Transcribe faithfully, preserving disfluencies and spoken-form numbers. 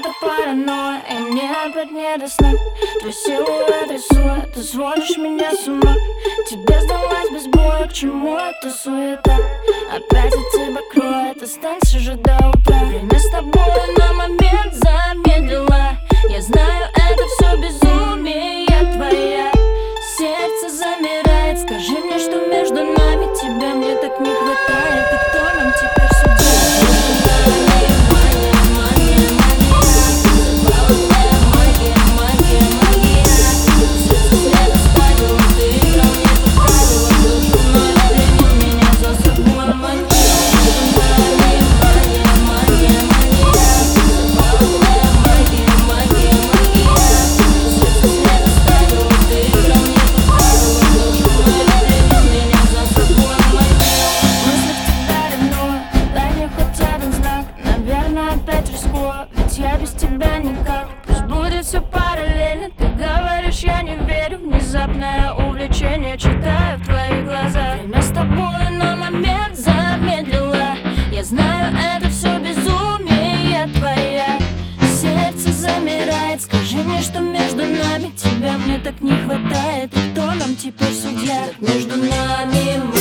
это паранойя, и мне опять не до сна. Твой силуэт рисует, ты сводишь меня с ума. Тебе сдалась без боя, к чему эта суета? Опять от тебя кроет, останься же до утра. Время с тобой на момент замедлила. Я знаю, это все безумие твоя. Сердце замирает, скажи мне, что между нами. Тебя мне так не хватает, и кто нам теперь судья? Опять рискую, ведь я без тебя никак. Пусть будет все параллельно, ты говоришь, я не верю. Внезапное увлечение читаю в твоих глазах. Время с тобой на момент замедлила. Я знаю, это все безумие твоя. Сердце замирает, скажи мне, что между нами. Тебя мне так не хватает, и кто нам теперь судья? Между нами